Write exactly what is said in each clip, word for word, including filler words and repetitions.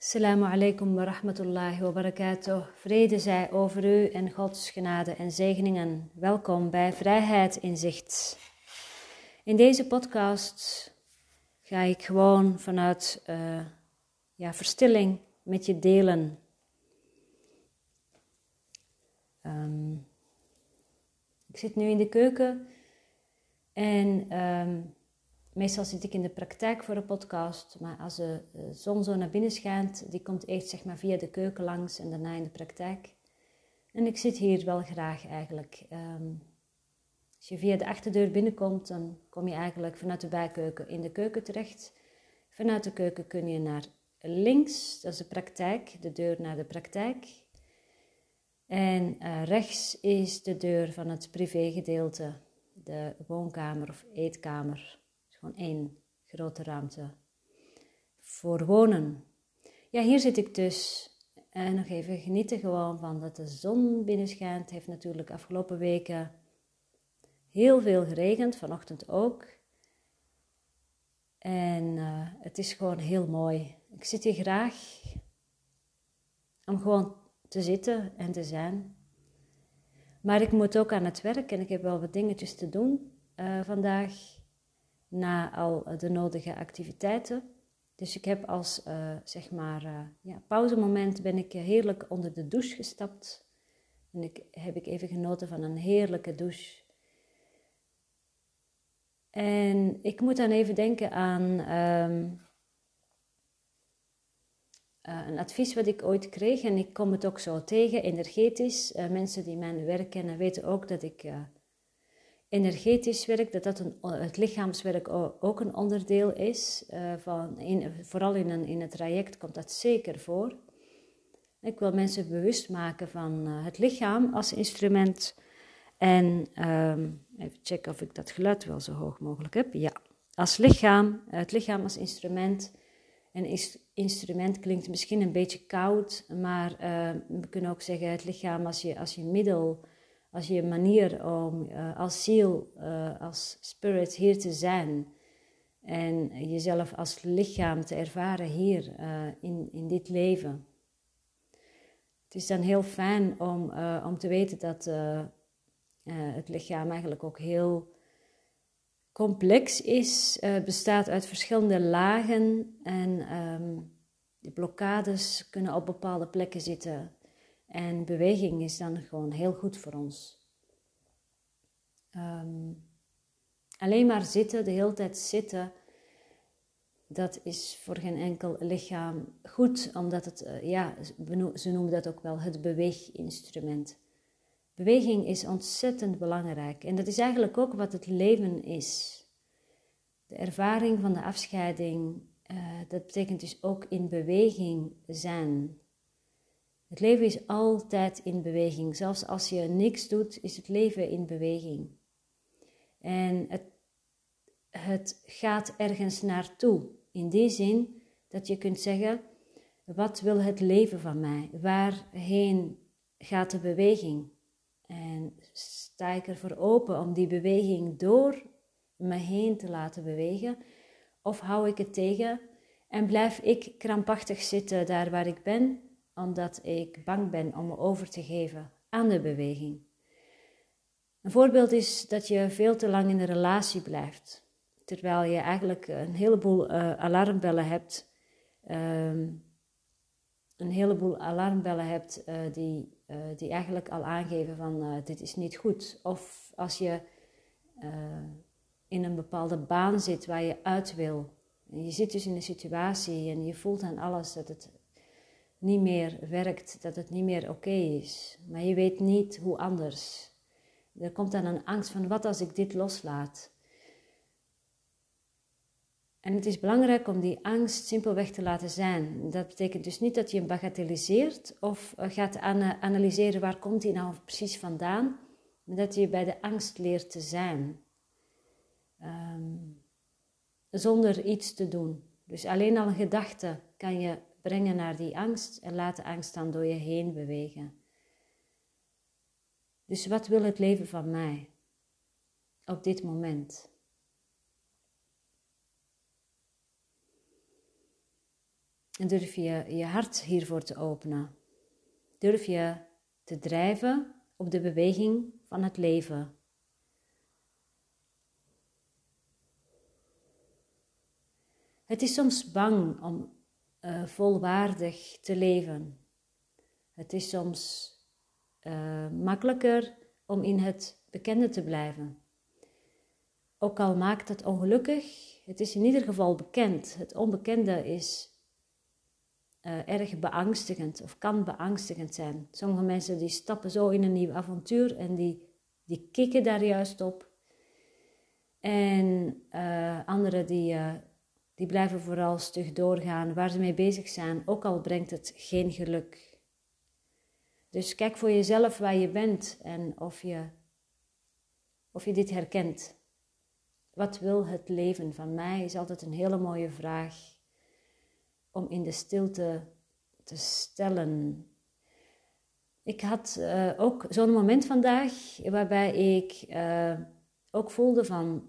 Assalamu alaikum wa rahmatullahi wa barakatuh. Vrede zij over u en Gods genade en zegeningen. Welkom bij Vrijheid in Zicht. In deze podcast ga ik gewoon vanuit uh, ja, verstilling met je delen. Um, ik zit nu in de keuken en um, meestal zit ik in de praktijk voor een podcast, maar als de zon zo naar binnen schijnt, die komt eerst zeg maar via de keuken langs en daarna in de praktijk. En ik zit hier wel graag eigenlijk. Um, als je via de achterdeur binnenkomt, dan kom je eigenlijk vanuit de bijkeuken in de keuken terecht. Vanuit de keuken kun je naar links, dat is de praktijk, de deur naar de praktijk. En uh, rechts is de deur van het privégedeelte, de woonkamer of eetkamer. Gewoon één grote ruimte voor wonen. Ja, hier zit ik dus. En nog even genieten gewoon van dat de zon binnenschijnt. Het heeft natuurlijk afgelopen weken heel veel geregend, vanochtend ook. En uh, het is gewoon heel mooi. Ik zit hier graag om gewoon te zitten en te zijn. Maar ik moet ook aan het werk en ik heb wel wat dingetjes te doen uh, vandaag. Na al de nodige activiteiten. Dus ik heb als uh, zeg maar uh, ja, pauzemoment ben ik heerlijk onder de douche gestapt. En ik, heb ik even genoten van een heerlijke douche. En ik moet dan even denken aan um, uh, een advies wat ik ooit kreeg. En ik kom het ook zo tegen, energetisch. Uh, mensen die mijn werk kennen weten ook dat ik... Uh, energetisch werk, dat dat een, het lichaamswerk ook een onderdeel is. Uh, van in, vooral in, een, in het traject komt dat zeker voor. Ik wil mensen bewust maken van uh, het lichaam als instrument. En um, even checken of ik dat geluid wel zo hoog mogelijk heb. Ja, als lichaam, het lichaam als instrument. Een is, instrument klinkt misschien een beetje koud, maar uh, we kunnen ook zeggen het lichaam als je, als je middel... Als je manier om uh, als ziel, uh, als spirit hier te zijn en jezelf als lichaam te ervaren hier uh, in, in dit leven. Het is dan heel fijn om, uh, om te weten dat uh, uh, het lichaam eigenlijk ook heel complex is, uh, bestaat uit verschillende lagen en um, de blokkades kunnen op bepaalde plekken zitten. En beweging is dan gewoon heel goed voor ons. Um, alleen maar zitten, de hele tijd zitten, dat is voor geen enkel lichaam goed, omdat het, uh, ja, ze noemen dat ook wel het beweeginstrument. Beweging is ontzettend belangrijk en dat is eigenlijk ook wat het leven is. De ervaring van de afscheiding, uh, dat betekent dus ook in beweging zijn. Het leven is altijd in beweging. Zelfs als je niks doet, is het leven in beweging. En het, het gaat ergens naartoe. In die zin dat je kunt zeggen, wat wil het leven van mij? Waarheen gaat de beweging? En sta ik ervoor open om die beweging door me heen te laten bewegen? Of hou ik het tegen en blijf ik krampachtig zitten daar waar ik ben? Omdat ik bang ben om me over te geven aan de beweging. Een voorbeeld is dat je veel te lang in een relatie blijft. Terwijl je eigenlijk een heleboel uh, alarmbellen hebt. Um, een heleboel alarmbellen hebt uh, die, uh, die eigenlijk al aangeven van uh, dit is niet goed. Of als je uh, in een bepaalde baan zit waar je uit wil. En je zit dus in een situatie en je voelt aan alles dat het... niet meer werkt, dat het niet meer oké is. Maar je weet niet hoe anders. Er komt dan een angst van, wat als ik dit loslaat? En het is belangrijk om die angst simpelweg te laten zijn. Dat betekent dus niet dat je hem bagatelliseert of gaat analyseren waar komt die nou precies vandaan, maar dat je bij de angst leert te zijn. Um, zonder iets te doen. Dus alleen al een gedachte kan je brengen naar die angst en laat de angst dan door je heen bewegen. Dus wat wil het leven van mij op dit moment? En durf je je hart hiervoor te openen. Durf je te drijven op de beweging van het leven. Het is soms bang om uh, volwaardig te leven. Het is soms uh, makkelijker om in het bekende te blijven. Ook al maakt het ongelukkig, het is in ieder geval bekend. Het onbekende is uh, erg beangstigend of kan beangstigend zijn. Sommige mensen die stappen zo in een nieuw avontuur en die, die kikken daar juist op. En uh, anderen die, uh, die blijven vooral stug doorgaan waar ze mee bezig zijn, ook al brengt het geen geluk. Dus kijk voor jezelf waar je bent en of je, of je dit herkent. Wat wil het leven van mij is altijd een hele mooie vraag om in de stilte te stellen. Ik had uh, ook zo'n moment vandaag waarbij ik uh, ook voelde van...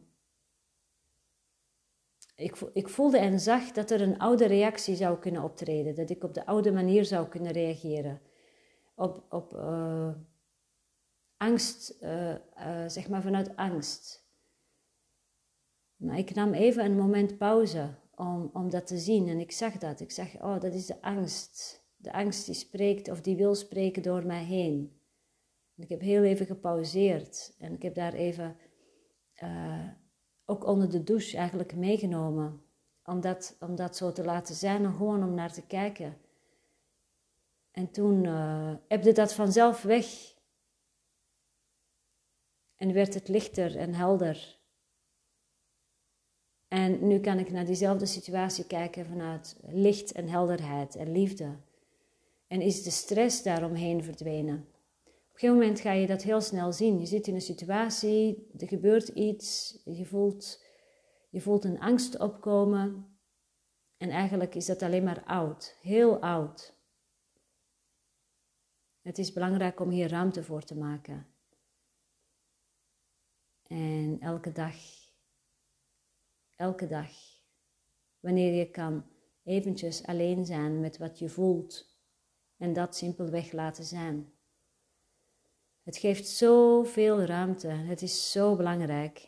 Ik, ik voelde en zag dat er een oude reactie zou kunnen optreden. Dat ik op de oude manier zou kunnen reageren. Op, op uh, angst, uh, uh, zeg maar vanuit angst. Maar ik nam even een moment pauze om, om dat te zien. En ik zag dat. Ik zag, oh, dat is de angst. De angst die spreekt of die wil spreken door mij heen. En ik heb heel even gepauzeerd. En ik heb daar even, uh, ook onder de douche eigenlijk meegenomen. Om dat, om dat zo te laten zijn en gewoon om naar te kijken. En toen uh, ebde dat vanzelf weg. En werd het lichter en helder. En nu kan ik naar diezelfde situatie kijken vanuit licht en helderheid en liefde. En is de stress daaromheen verdwenen. Op een gegeven moment ga je dat heel snel zien. Je zit in een situatie, er gebeurt iets, je voelt, je voelt een angst opkomen. En eigenlijk is dat alleen maar oud, heel oud. Het is belangrijk om hier ruimte voor te maken. En elke dag... Elke dag, wanneer je kan, eventjes alleen zijn met wat je voelt en dat simpelweg laten zijn. Het geeft zoveel ruimte, het is zo belangrijk.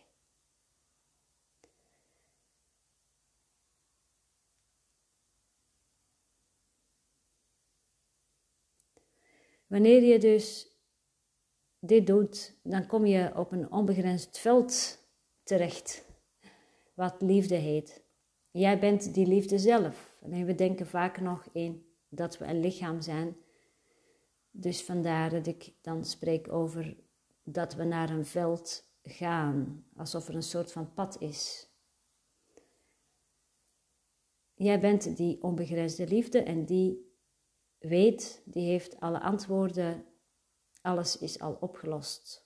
Wanneer je dus dit doet, dan kom je op een onbegrensd veld terecht. Wat liefde heet. Jij bent die liefde zelf. En we denken vaak nog in dat we een lichaam zijn. Dus vandaar dat ik dan spreek over dat we naar een veld gaan. Alsof er een soort van pad is. Jij bent die onbegrensde liefde en die weet, die heeft alle antwoorden. Alles is al opgelost.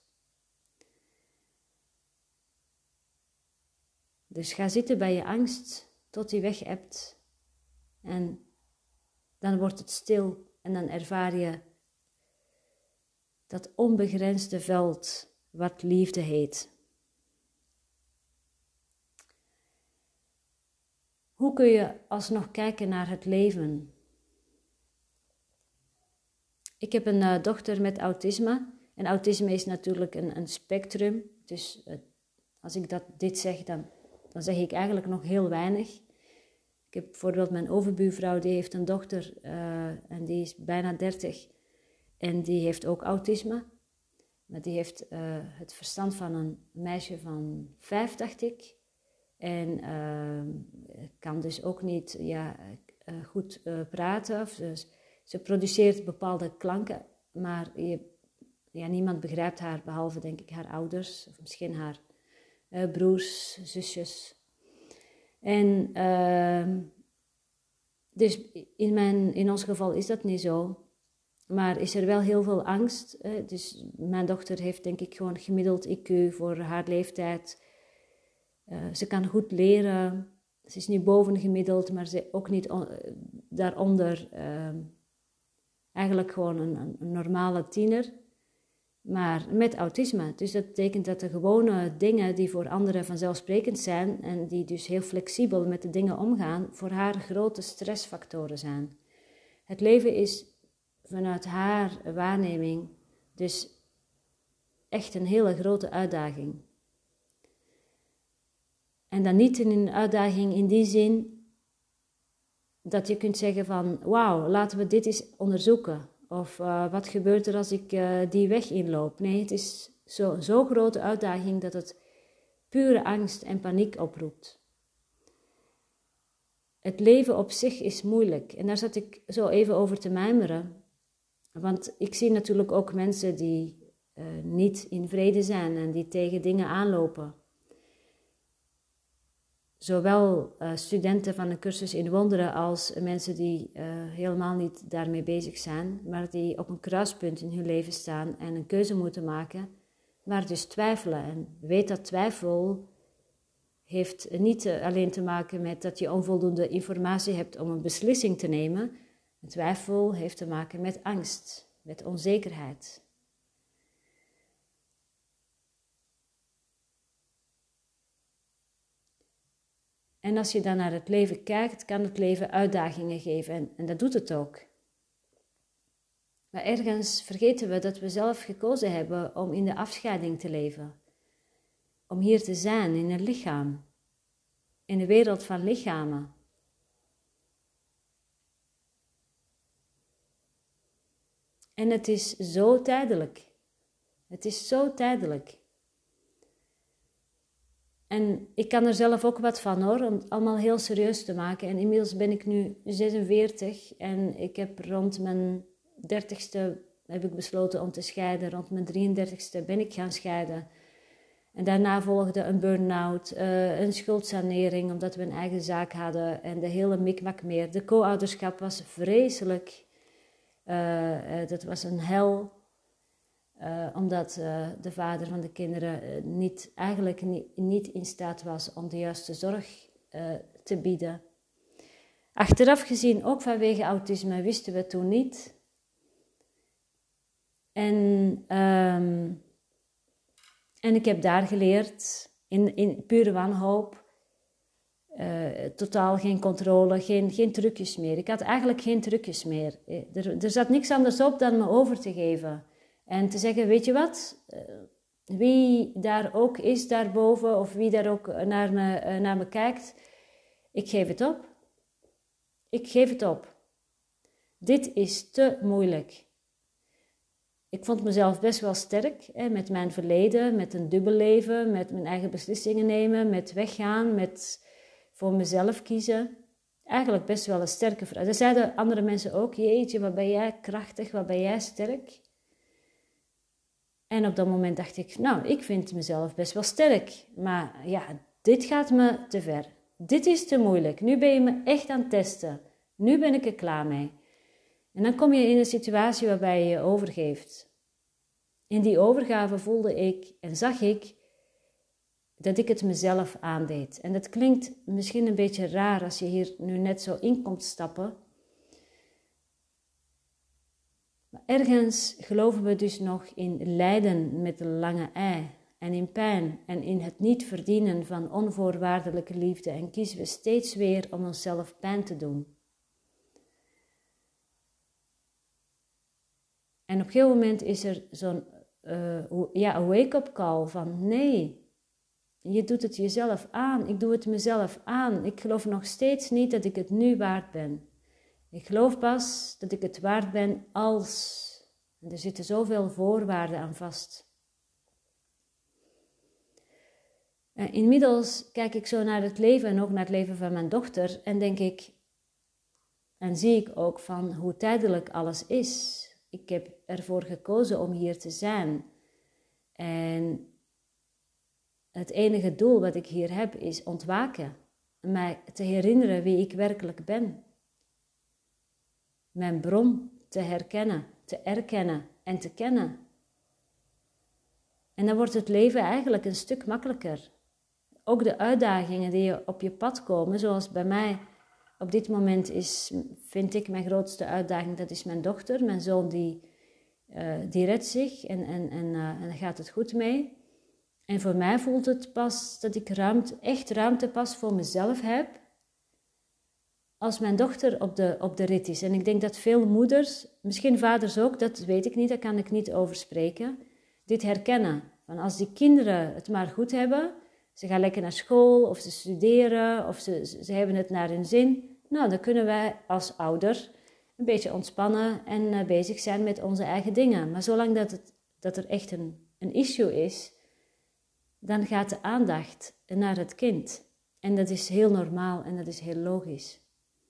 Dus ga zitten bij je angst tot die weg ebt. En dan wordt het stil en dan ervaar je dat onbegrensde veld wat liefde heet. Hoe kun je alsnog kijken naar het leven? Ik heb een uh, dochter met autisme. En autisme is natuurlijk een, een spectrum. Dus uh, als ik dat, dit zeg, dan... Dan zeg ik eigenlijk nog heel weinig. Ik heb bijvoorbeeld mijn overbuurvrouw, die heeft een dochter uh, en die is bijna dertig. En die heeft ook autisme. Maar die heeft uh, het verstand van een meisje van vijf, dacht ik. En uh, kan dus ook niet ja, uh, goed uh, praten. Of, dus, ze produceert bepaalde klanken, maar je, ja, niemand begrijpt haar, behalve denk ik haar ouders. Of misschien haar uh, broers, zusjes. En uh, dus in, mijn, in ons geval is dat niet zo. Maar is er wel heel veel angst. Hè? Dus mijn dochter heeft denk ik gewoon gemiddeld I Q voor haar leeftijd. Uh, ze kan goed leren. Ze is niet bovengemiddeld, maar ze ook niet on, daaronder. Uh, eigenlijk gewoon een, een normale tiener. maar met autisme. Dus dat betekent dat de gewone dingen die voor anderen vanzelfsprekend zijn en die dus heel flexibel met de dingen omgaan, voor haar grote stressfactoren zijn. Het leven is vanuit haar waarneming dus echt een hele grote uitdaging. En dan niet een uitdaging in die zin dat je kunt zeggen van wauw, laten we dit eens onderzoeken. Of uh, wat gebeurt er als ik uh, die weg inloop? Nee, het is zo'n zo grote uitdaging dat het pure angst en paniek oproept. Het leven op zich is moeilijk. En daar zat ik zo even over te mijmeren. Want ik zie natuurlijk ook mensen die uh, niet in vrede zijn en die tegen dingen aanlopen. Zowel uh, studenten van een cursus in wonderen als mensen die uh, helemaal niet daarmee bezig zijn, maar die op een kruispunt in hun leven staan en een keuze moeten maken, maar dus twijfelen. En weet dat twijfel heeft niet alleen te maken met dat je onvoldoende informatie hebt om een beslissing te nemen. Twijfel heeft te maken met angst, met onzekerheid. En als je dan naar het leven kijkt, kan het leven uitdagingen geven. En, en dat doet het ook. Maar ergens vergeten we dat we zelf gekozen hebben om in de afscheiding te leven. Om hier te zijn in een lichaam. In een wereld van lichamen. En het is zo tijdelijk. Het is zo tijdelijk. En ik kan er zelf ook wat van hoor, om het allemaal heel serieus te maken. En inmiddels ben ik nu zesenveertig en ik heb rond mijn dertigste heb ik besloten om te scheiden. Rond mijn drieëndertigste ben ik gaan scheiden. En daarna volgde een burn-out, uh, een schuldsanering omdat we een eigen zaak hadden en de hele mikmak meer. De co-ouderschap was vreselijk. Uh, uh, dat was een hel. Uh, omdat uh, de vader van de kinderen uh, niet, eigenlijk niet, niet in staat was om de juiste zorg uh, te bieden. Achteraf gezien, ook vanwege autisme, wisten we toen niet. En, um, en ik heb daar geleerd, in, in pure wanhoop, uh, totaal geen controle, geen, geen trucjes meer. Ik had eigenlijk geen trucjes meer. Er, er zat niks anders op dan me over te geven. En te zeggen, weet je wat, wie daar ook is daarboven of wie daar ook naar me, naar me kijkt, ik geef het op. Ik geef het op. Dit is te moeilijk. Ik vond mezelf best wel sterk, hè, met mijn verleden, met een dubbel leven, met mijn eigen beslissingen nemen, met weggaan, met voor mezelf kiezen. Eigenlijk best wel een sterke vrouw. Dat zeiden andere mensen ook, jeetje, wat ben jij krachtig, wat ben jij sterk. En op dat moment dacht ik, nou, ik vind mezelf best wel sterk. Maar ja, dit gaat me te ver. Dit is te moeilijk. Nu ben je me echt aan het testen. Nu ben ik er klaar mee. En dan kom je in een situatie waarbij je je overgeeft. In die overgave voelde ik en zag ik dat ik het mezelf aandeed. En dat klinkt misschien een beetje raar als je hier nu net zo in komt stappen. Maar ergens geloven we dus nog in lijden met de lange ei en in pijn en in het niet verdienen van onvoorwaardelijke liefde en kiezen we steeds weer om onszelf pijn te doen. En op een gegeven moment is er zo'n uh, ja, wake-up call van nee, je doet het jezelf aan, ik doe het mezelf aan. Ik geloof nog steeds niet dat ik het nu waard ben. Ik geloof pas dat ik het waard ben als... En er zitten zoveel voorwaarden aan vast. En inmiddels kijk ik zo naar het leven en ook naar het leven van mijn dochter en denk ik... En zie ik ook van hoe tijdelijk alles is. Ik heb ervoor gekozen om hier te zijn. En het enige doel wat ik hier heb is ontwaken. Mij te herinneren wie ik werkelijk ben. Mijn bron te herkennen, te erkennen en te kennen. En dan wordt het leven eigenlijk een stuk makkelijker. Ook de uitdagingen die op je pad komen, zoals bij mij op dit moment is, vind ik mijn grootste uitdaging, dat is mijn dochter. Mijn zoon die uh, die redt zich en, en, en, uh, en daar gaat het goed mee. En voor mij voelt het pas dat ik ruimte, echt ruimte pas voor mezelf heb als mijn dochter op de, op de rit is. En ik denk dat veel moeders, misschien vaders ook, dat weet ik niet, daar kan ik niet over spreken, dit herkennen. Van als die kinderen het maar goed hebben, ze gaan lekker naar school of ze studeren of ze, ze hebben het naar hun zin, nou dan kunnen wij als ouder een beetje ontspannen en uh, bezig zijn met onze eigen dingen. Maar zolang dat, het, dat er echt een, een issue is, dan gaat de aandacht naar het kind. En dat is heel normaal en dat is heel logisch.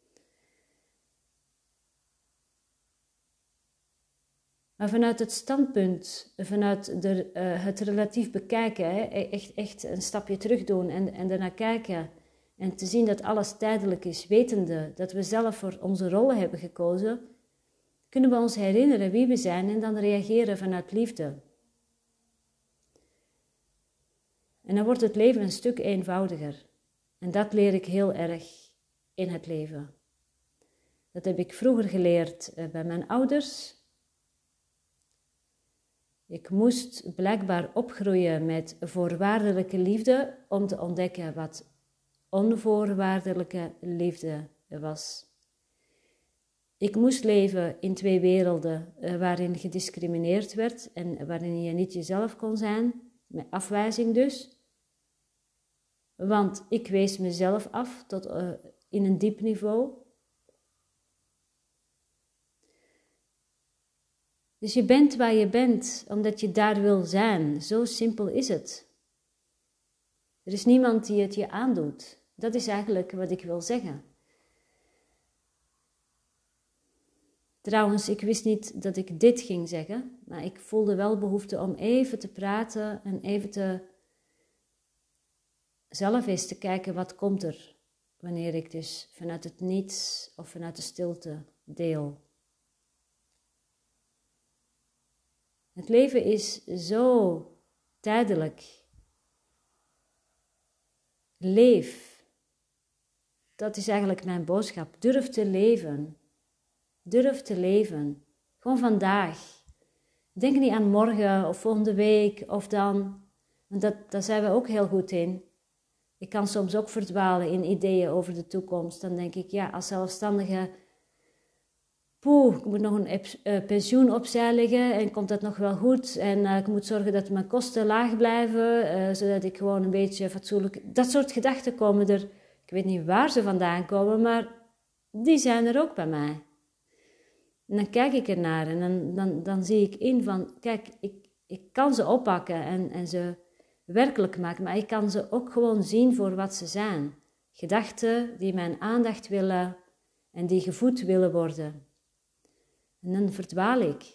Maar vanuit het standpunt, vanuit de, uh, het relatief bekijken, hè, echt, echt een stapje terug doen en, en daarnaar kijken en te zien dat alles tijdelijk is, wetende dat we zelf voor onze rollen hebben gekozen, kunnen we ons herinneren wie we zijn en dan reageren vanuit liefde. En dan wordt het leven een stuk eenvoudiger. En dat leer ik heel erg in het leven. Dat heb ik vroeger geleerd uh, bij mijn ouders. Ik moest blijkbaar opgroeien met voorwaardelijke liefde om te ontdekken wat onvoorwaardelijke liefde was. Ik moest leven in twee werelden uh, waarin gediscrimineerd werd en waarin je niet jezelf kon zijn, met afwijzing dus. Want ik wees mezelf af tot uh, in een diep niveau. Dus je bent waar je bent, omdat je daar wil zijn. Zo simpel is het. Er is niemand die het je aandoet. Dat is eigenlijk wat ik wil zeggen. Trouwens, ik wist niet dat ik dit ging zeggen, maar ik voelde wel behoefte om even te praten en even te zelf eens te kijken wat komt er wanneer ik dus vanuit het niets of vanuit de stilte deel. Het leven is zo tijdelijk. Leef. Dat is eigenlijk mijn boodschap. Durf te leven. Durf te leven. Gewoon vandaag. Denk niet aan morgen of volgende week of dan. Want dat, daar zijn we ook heel goed in. Ik kan soms ook verdwalen in ideeën over de toekomst. Dan denk ik, ja, als zelfstandige, poeh, ik moet nog een uh, pensioen opzij leggen en komt dat nog wel goed? En uh, ik moet zorgen dat mijn kosten laag blijven, uh, zodat ik gewoon een beetje fatsoenlijk... Dat soort gedachten komen er, ik weet niet waar ze vandaan komen, maar die zijn er ook bij mij. En dan kijk ik ernaar en dan, dan, dan zie ik in van, kijk, ik, ik kan ze oppakken en, en ze werkelijk maken, maar ik kan ze ook gewoon zien voor wat ze zijn. Gedachten die mijn aandacht willen en die gevoed willen worden. En dan verdwaal ik.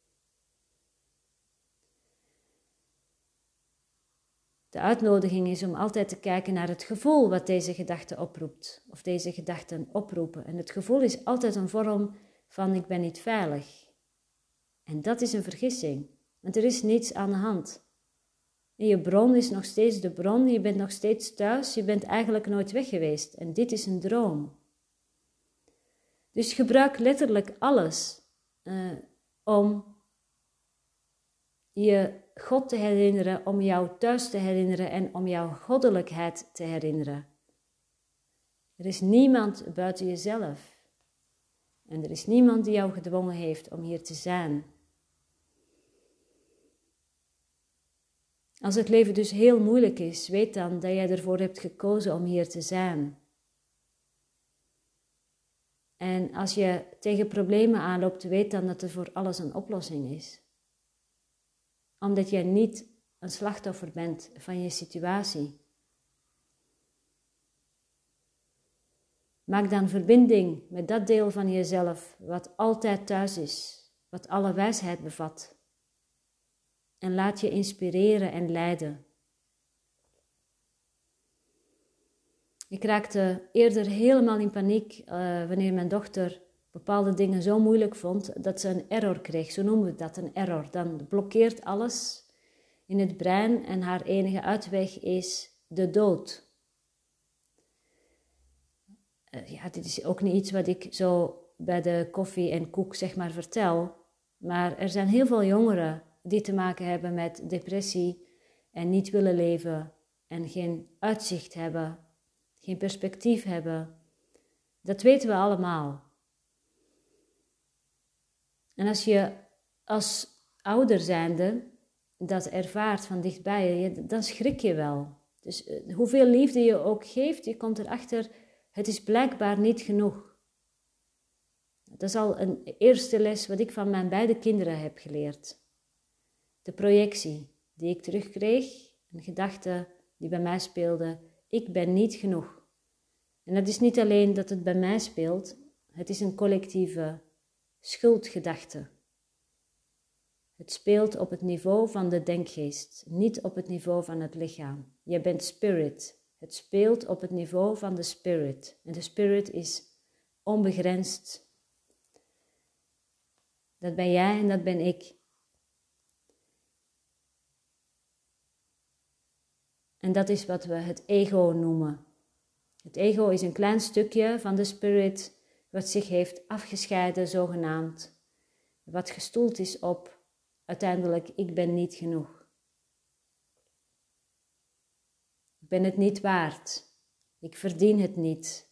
De uitnodiging is om altijd te kijken naar het gevoel wat deze gedachte oproept. Of deze gedachten oproepen. En het gevoel is altijd een vorm van ik ben niet veilig. En dat is een vergissing. Want er is niets aan de hand. En je bron is nog steeds de bron. Je bent nog steeds thuis. Je bent eigenlijk nooit weg geweest. En dit is een droom. Dus gebruik letterlijk alles uh, om je God te herinneren, om jou thuis te herinneren en om jouw goddelijkheid te herinneren. Er is niemand buiten jezelf. En er is niemand die jou gedwongen heeft om hier te zijn. Als het leven dus heel moeilijk is, weet dan dat jij ervoor hebt gekozen om hier te zijn. En als je tegen problemen aanloopt, weet dan dat er voor alles een oplossing is. Omdat jij niet een slachtoffer bent van je situatie. Maak dan verbinding met dat deel van jezelf wat altijd thuis is, wat alle wijsheid bevat. En laat je inspireren en leiden. Ik raakte eerder helemaal in paniek uh, wanneer mijn dochter bepaalde dingen zo moeilijk vond dat ze een error kreeg. Zo noemen we dat, een error. Dan blokkeert alles in het brein en haar enige uitweg is de dood. Uh, ja, dit is ook niet iets wat ik zo bij de koffie en koek zeg maar vertel. Maar er zijn heel veel jongeren die te maken hebben met depressie en niet willen leven en geen uitzicht hebben, geen perspectief hebben. Dat weten we allemaal. En als je als ouder zijnde dat ervaart van dichtbij, dan schrik je wel. Dus hoeveel liefde je ook geeft, je komt erachter, het is blijkbaar niet genoeg. Dat is al een eerste les wat ik van mijn beide kinderen heb geleerd. De projectie die ik terugkreeg, een gedachte die bij mij speelde, ik ben niet genoeg. En dat is niet alleen dat het bij mij speelt, het is een collectieve schuldgedachte. Het speelt op het niveau van de denkgeest, niet op het niveau van het lichaam. Je bent spirit. Het speelt op het niveau van de spirit. En de spirit is onbegrensd. Dat ben jij en dat ben ik. En dat is wat we het ego noemen. Het ego is een klein stukje van de spirit wat zich heeft afgescheiden zogenaamd. Wat gestoeld is op uiteindelijk, ik ben niet genoeg. Ik ben het niet waard. Ik verdien het niet.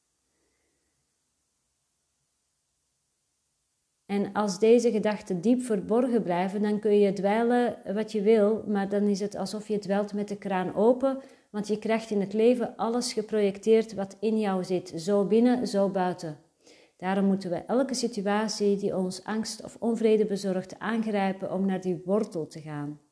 En als deze gedachten diep verborgen blijven, dan kun je dweilen wat je wil, maar dan is het alsof je dweilt met de kraan open, want je krijgt in het leven alles geprojecteerd wat in jou zit, zo binnen, zo buiten. Daarom moeten we elke situatie die ons angst of onvrede bezorgt aangrijpen om naar die wortel te gaan.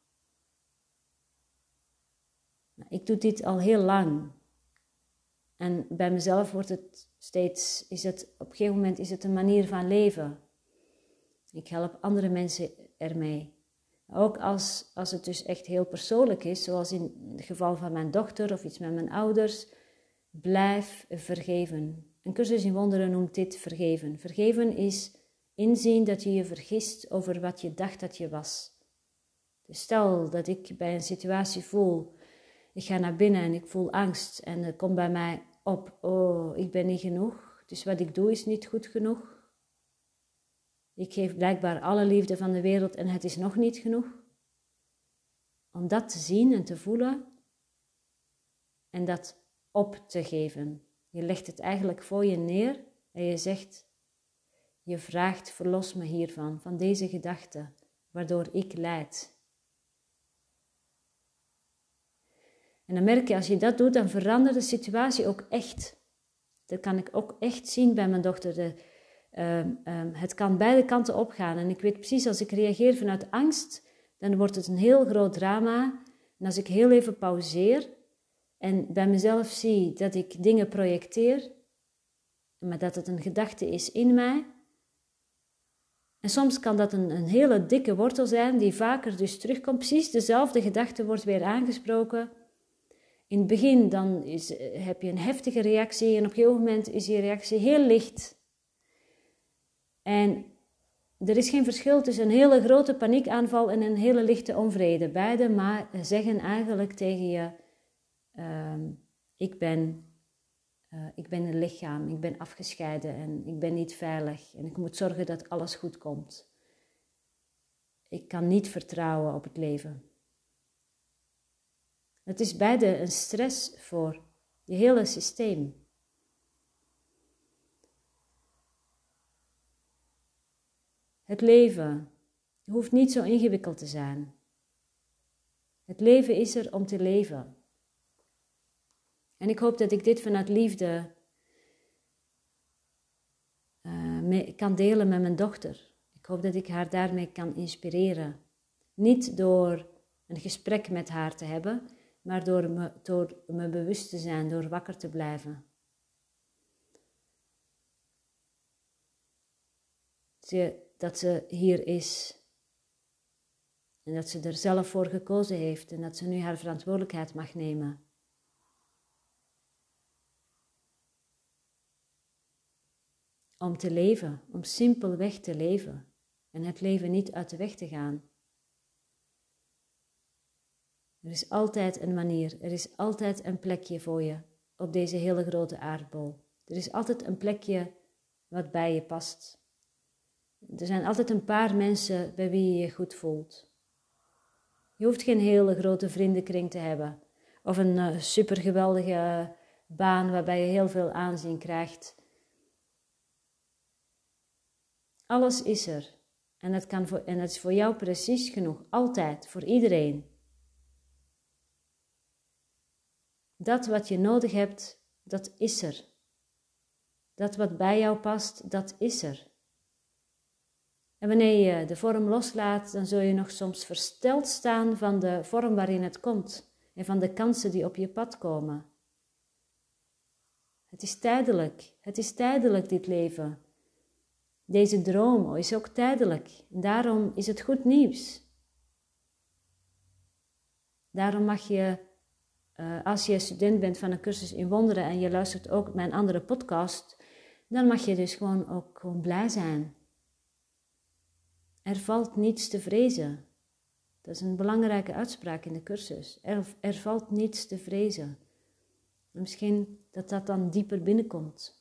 Ik doe dit al heel lang. En bij mezelf wordt het steeds, is het, op een gegeven moment is het een manier van leven. Ik help andere mensen ermee. Ook als, als het dus echt heel persoonlijk is, zoals in het geval van mijn dochter of iets met mijn ouders, blijf vergeven. Een cursus in wonderen noemt dit vergeven. Vergeven is inzien dat je je vergist over wat je dacht dat je was. Dus stel dat ik bij een situatie voel, ik ga naar binnen en ik voel angst en er komt bij mij op, oh, ik ben niet genoeg, dus wat ik doe is niet goed genoeg. Ik geef blijkbaar alle liefde van de wereld en het is nog niet genoeg. Om dat te zien en te voelen en dat op te geven. Je legt het eigenlijk voor je neer en je zegt, je vraagt verlos me hiervan, van deze gedachte, waardoor ik lijd. En dan merk je, als je dat doet, dan verandert de situatie ook echt. Dat kan ik ook echt zien bij mijn dochter. De, uh, uh, het kan beide kanten opgaan. En ik weet precies, als ik reageer vanuit angst, dan wordt het een heel groot drama. En als ik heel even pauzeer en bij mezelf zie dat ik dingen projecteer, maar dat het een gedachte is in mij. En soms kan dat een, een hele dikke wortel zijn, die vaker dus terugkomt. Precies dezelfde gedachte wordt weer aangesproken. In het begin dan is, heb je een heftige reactie en op een gegeven moment is die reactie heel licht. En er is geen verschil tussen een hele grote paniekaanval en een hele lichte onvrede. Beide maar zeggen eigenlijk tegen je, uh, ik, ben, uh, ik ben een lichaam, ik ben afgescheiden en ik ben niet veilig. En ik moet zorgen dat alles goed komt. Ik kan niet vertrouwen op het leven. Het is beide een stress voor je hele systeem. Het leven hoeft niet zo ingewikkeld te zijn. Het leven is er om te leven. En ik hoop dat ik dit vanuit liefde uh, mee, kan delen met mijn dochter. Ik hoop dat ik haar daarmee kan inspireren. Niet door een gesprek met haar te hebben, maar door me, door me bewust te zijn, door wakker te blijven. Ze, dat ze hier is. En dat ze er zelf voor gekozen heeft en dat ze nu haar verantwoordelijkheid mag nemen. Om te leven, om simpelweg te leven en het leven niet uit de weg te gaan. Er is altijd een manier, er is altijd een plekje voor je op deze hele grote aardbol. Er is altijd een plekje wat bij je past. Er zijn altijd een paar mensen bij wie je je goed voelt. Je hoeft geen hele grote vriendenkring te hebben. Of een uh, supergeweldige baan waarbij je heel veel aanzien krijgt. Alles is er. En het, kan voor, en het is voor jou precies genoeg. Altijd. Voor iedereen. Dat wat je nodig hebt, dat is er. Dat wat bij jou past, dat is er. En wanneer je de vorm loslaat, dan zul je nog soms versteld staan van de vorm waarin het komt. En van de kansen die op je pad komen. Het is tijdelijk. Het is tijdelijk, dit leven. Deze droom is ook tijdelijk. En daarom is het goed nieuws. Daarom mag je, uh, als je student bent van een cursus in wonderen en je luistert ook mijn andere podcast, dan mag je dus gewoon ook gewoon blij zijn. Er valt niets te vrezen. Dat is een belangrijke uitspraak in de cursus. Er, er valt niets te vrezen. En misschien dat dat dan dieper binnenkomt.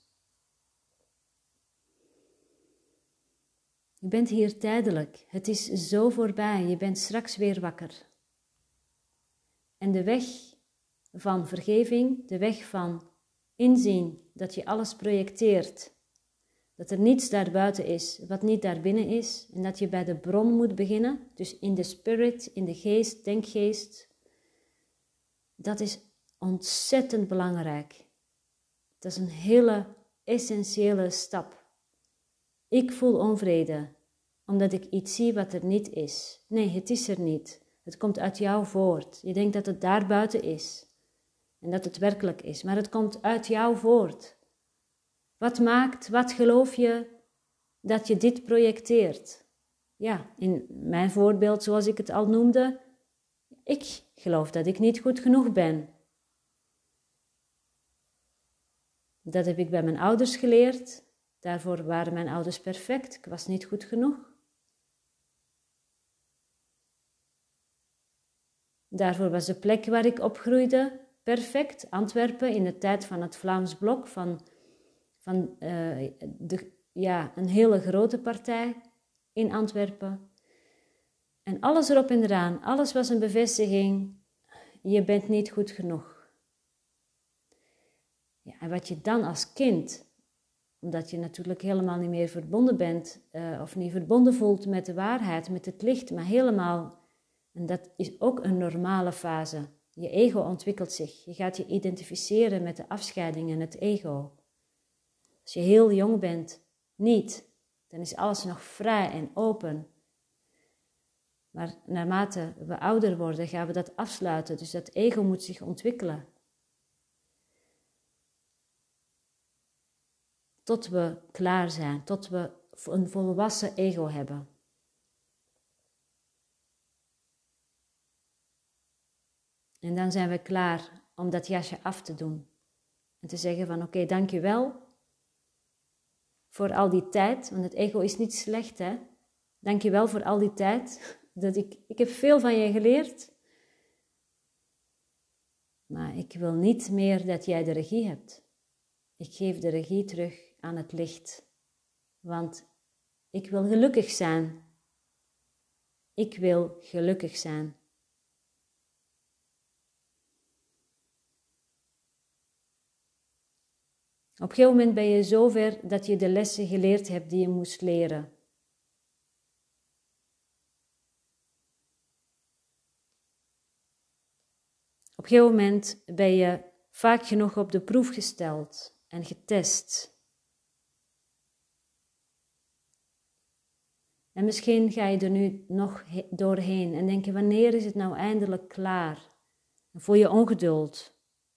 Je bent hier tijdelijk. Het is zo voorbij. Je bent straks weer wakker. En de weg van vergeving, de weg van inzien dat je alles projecteert, dat er niets daarbuiten is wat niet daarbinnen is en dat je bij de bron moet beginnen, dus in de spirit, in de geest, denkgeest, dat is ontzettend belangrijk. Dat is een hele essentiële stap. Ik voel onvrede, omdat ik iets zie wat er niet is. Nee, het is er niet. Het komt uit jou voort. Je denkt dat het daar buiten is en dat het werkelijk is, maar het komt uit jou voort. Wat maakt, wat geloof je dat je dit projecteert? Ja, in mijn voorbeeld, zoals ik het al noemde, ik geloof dat ik niet goed genoeg ben. Dat heb ik bij mijn ouders geleerd. Daarvoor waren mijn ouders perfect. Ik was niet goed genoeg. Daarvoor was de plek waar ik opgroeide perfect. Antwerpen, in de tijd van het Vlaams Blok, van, van uh, de, ja, een hele grote partij in Antwerpen. En alles erop en eraan, alles was een bevestiging. Je bent niet goed genoeg. Ja, en wat je dan als kind, omdat je natuurlijk helemaal niet meer verbonden bent, uh, of niet verbonden voelt met de waarheid, met het licht, maar helemaal, en dat is ook een normale fase. Je ego ontwikkelt zich. Je gaat je identificeren met de afscheiding en het ego. Als je heel jong bent, niet. Dan is alles nog vrij en open. Maar naarmate we ouder worden, gaan we dat afsluiten. Dus dat ego moet zich ontwikkelen. Tot we klaar zijn, tot we een volwassen ego hebben. En dan zijn we klaar om dat jasje af te doen. En te zeggen van oké, okay, dankjewel voor al die tijd. Want het ego is niet slecht, hè. Dankjewel voor al die tijd. Dat ik, ik heb veel van je geleerd. Maar ik wil niet meer dat jij de regie hebt. Ik geef de regie terug aan het licht. Want ik wil gelukkig zijn. Ik wil gelukkig zijn. Op een gegeven moment ben je zover dat je de lessen geleerd hebt die je moest leren. Op een gegeven moment ben je vaak genoeg op de proef gesteld en getest. En misschien ga je er nu nog doorheen en denk je, wanneer is het nou eindelijk klaar? En voel je ongeduld.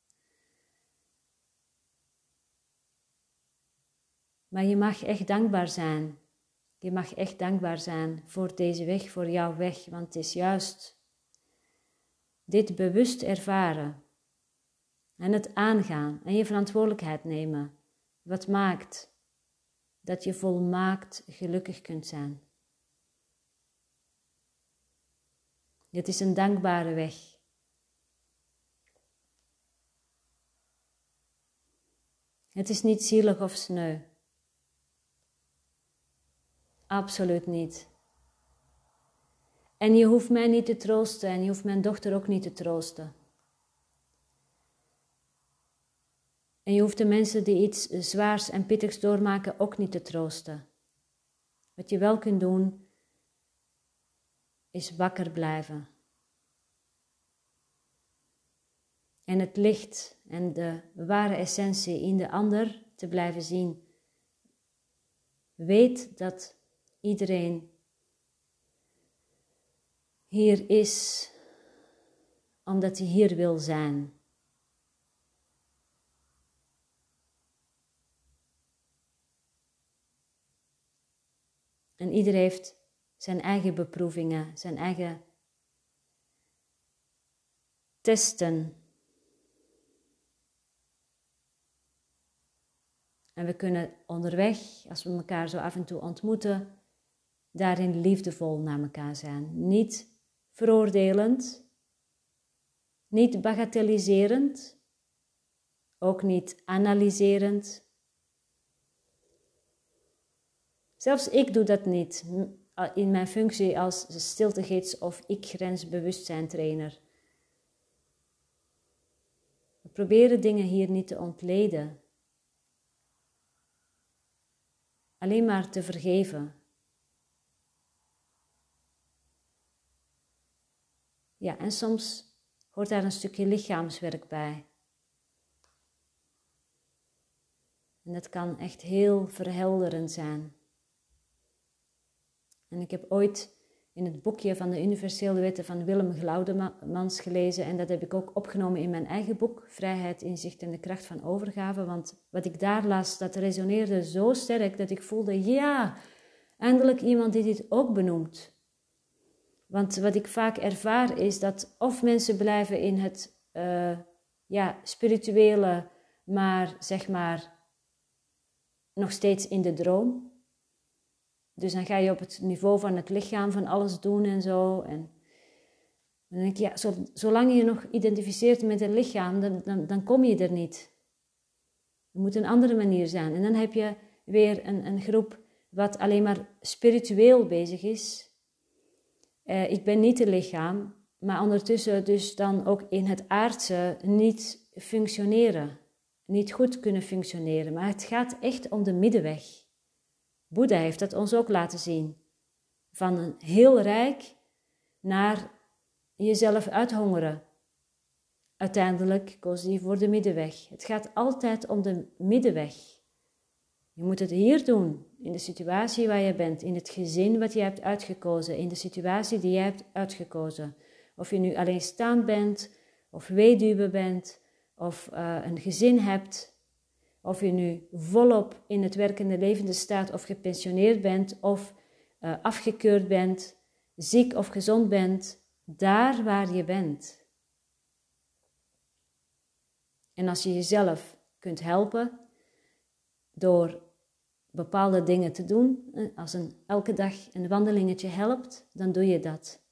Maar je mag echt dankbaar zijn. Je mag echt dankbaar zijn voor deze weg, voor jouw weg. Want het is juist dit bewust ervaren. En het aangaan en je verantwoordelijkheid nemen. Wat maakt dat je volmaakt gelukkig kunt zijn. Dit is een dankbare weg. Het is niet zielig of sneu. Absoluut niet. En je hoeft mij niet te troosten en je hoeft mijn dochter ook niet te troosten. En je hoeft de mensen die iets zwaars en pittigs doormaken ook niet te troosten. Wat je wel kunt doen, is wakker blijven. En het licht en de ware essentie in de ander te blijven zien. Weet dat iedereen hier is omdat hij hier wil zijn. En ieder heeft zijn eigen beproevingen, zijn eigen testen. En we kunnen onderweg, als we elkaar zo af en toe ontmoeten, daarin liefdevol naar elkaar zijn. Niet veroordelend, niet bagatelliserend, ook niet analyserend. Zelfs ik doe dat niet in mijn functie als stiltegids of ik-grensbewustzijn trainer. We proberen dingen hier niet te ontleden. Alleen maar te vergeven. Ja, en soms hoort daar een stukje lichaamswerk bij. En dat kan echt heel verhelderend zijn. En ik heb ooit in het boekje van de Universele Wetten van Willem Glaudemans gelezen. En dat heb ik ook opgenomen in mijn eigen boek, Vrijheid, Inzicht en de Kracht van Overgave. Want wat ik daar las, dat resoneerde zo sterk dat ik voelde, ja, eindelijk iemand die dit ook benoemt. Want wat ik vaak ervaar is dat of mensen blijven in het uh, ja, spirituele, maar zeg maar nog steeds in de droom. Dus dan ga je op het niveau van het lichaam van alles doen en zo. En dan denk ik, ja, zo, zolang je je nog identificeert met het lichaam, dan, dan, dan kom je er niet. Het moet een andere manier zijn. En dan heb je weer een, een groep wat alleen maar spiritueel bezig is. Uh, ik ben niet het lichaam, maar ondertussen dus dan ook in het aardse niet functioneren. Niet goed kunnen functioneren. Maar het gaat echt om de middenweg. Boeddha heeft dat ons ook laten zien. Van een heel rijk naar jezelf uithongeren. Uiteindelijk koos hij voor de middenweg. Het gaat altijd om de middenweg. Je moet het hier doen, in de situatie waar je bent, in het gezin wat je hebt uitgekozen, in de situatie die je hebt uitgekozen. Of je nu alleenstaand bent, of weduwe bent, of uh, een gezin hebt, of je nu volop in het werkende levende staat of gepensioneerd bent, of uh, afgekeurd bent, ziek of gezond bent, daar waar je bent. En als je jezelf kunt helpen door bepaalde dingen te doen, als een, elke dag een wandelingetje helpt, dan doe je dat.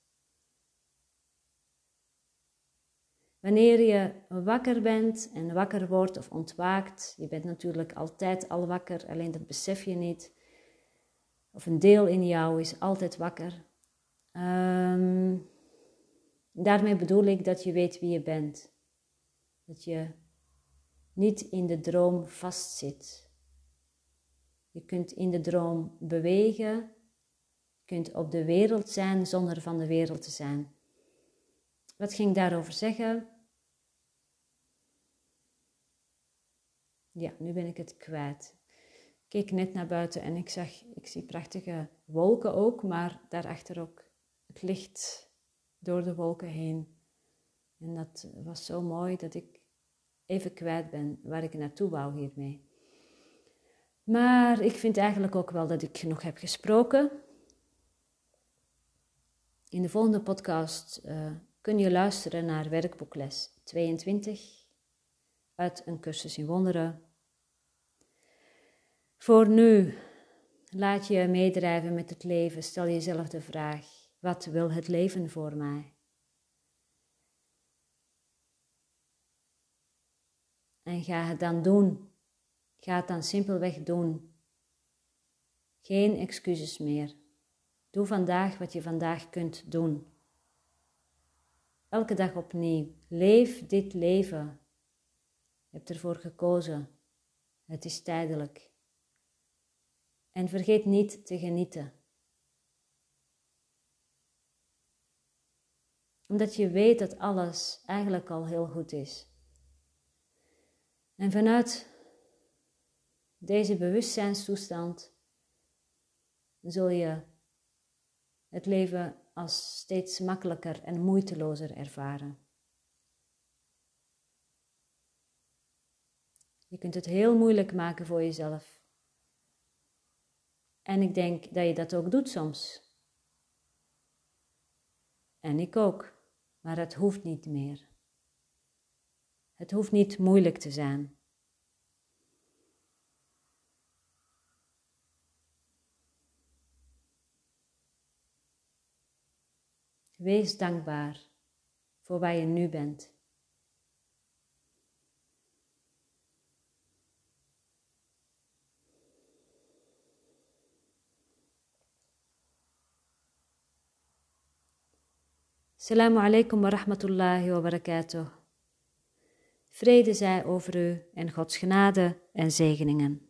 Wanneer je wakker bent en wakker wordt of ontwaakt, je bent natuurlijk altijd al wakker, alleen dat besef je niet. Of een deel in jou is altijd wakker. Um, daarmee bedoel ik dat je weet wie je bent. Dat je niet in de droom vastzit. Je kunt in de droom bewegen. Je kunt op de wereld zijn zonder van de wereld te zijn. Wat ging ik daarover zeggen? Ja, nu ben ik het kwijt. Ik keek net naar buiten en ik zag, ik zie prachtige wolken ook, maar daarachter ook het licht door de wolken heen. En dat was zo mooi dat ik even kwijt ben waar ik naartoe wou hiermee. Maar ik vind eigenlijk ook wel dat ik genoeg heb gesproken. In de volgende podcast uh, kun je luisteren naar werkboekles tweeëntwintig uit een cursus in wonderen. Voor nu, laat je meedrijven met het leven. Stel jezelf de vraag, wat wil het leven voor mij? En ga het dan doen. Ga het dan simpelweg doen. Geen excuses meer. Doe vandaag wat je vandaag kunt doen. Elke dag opnieuw. Leef dit leven. Je hebt ervoor gekozen. Het is tijdelijk. En vergeet niet te genieten. Omdat je weet dat alles eigenlijk al heel goed is. En vanuit deze bewustzijnstoestand zul je het leven als steeds makkelijker en moeitelozer ervaren. Je kunt het heel moeilijk maken voor jezelf. En ik denk dat je dat ook doet soms. En ik ook. Maar het hoeft niet meer. Het hoeft niet moeilijk te zijn. Wees dankbaar voor waar je nu bent. Assalamu alaikum wa rahmatullahi wa barakatuh. Vrede zij over u en Gods genade en zegeningen.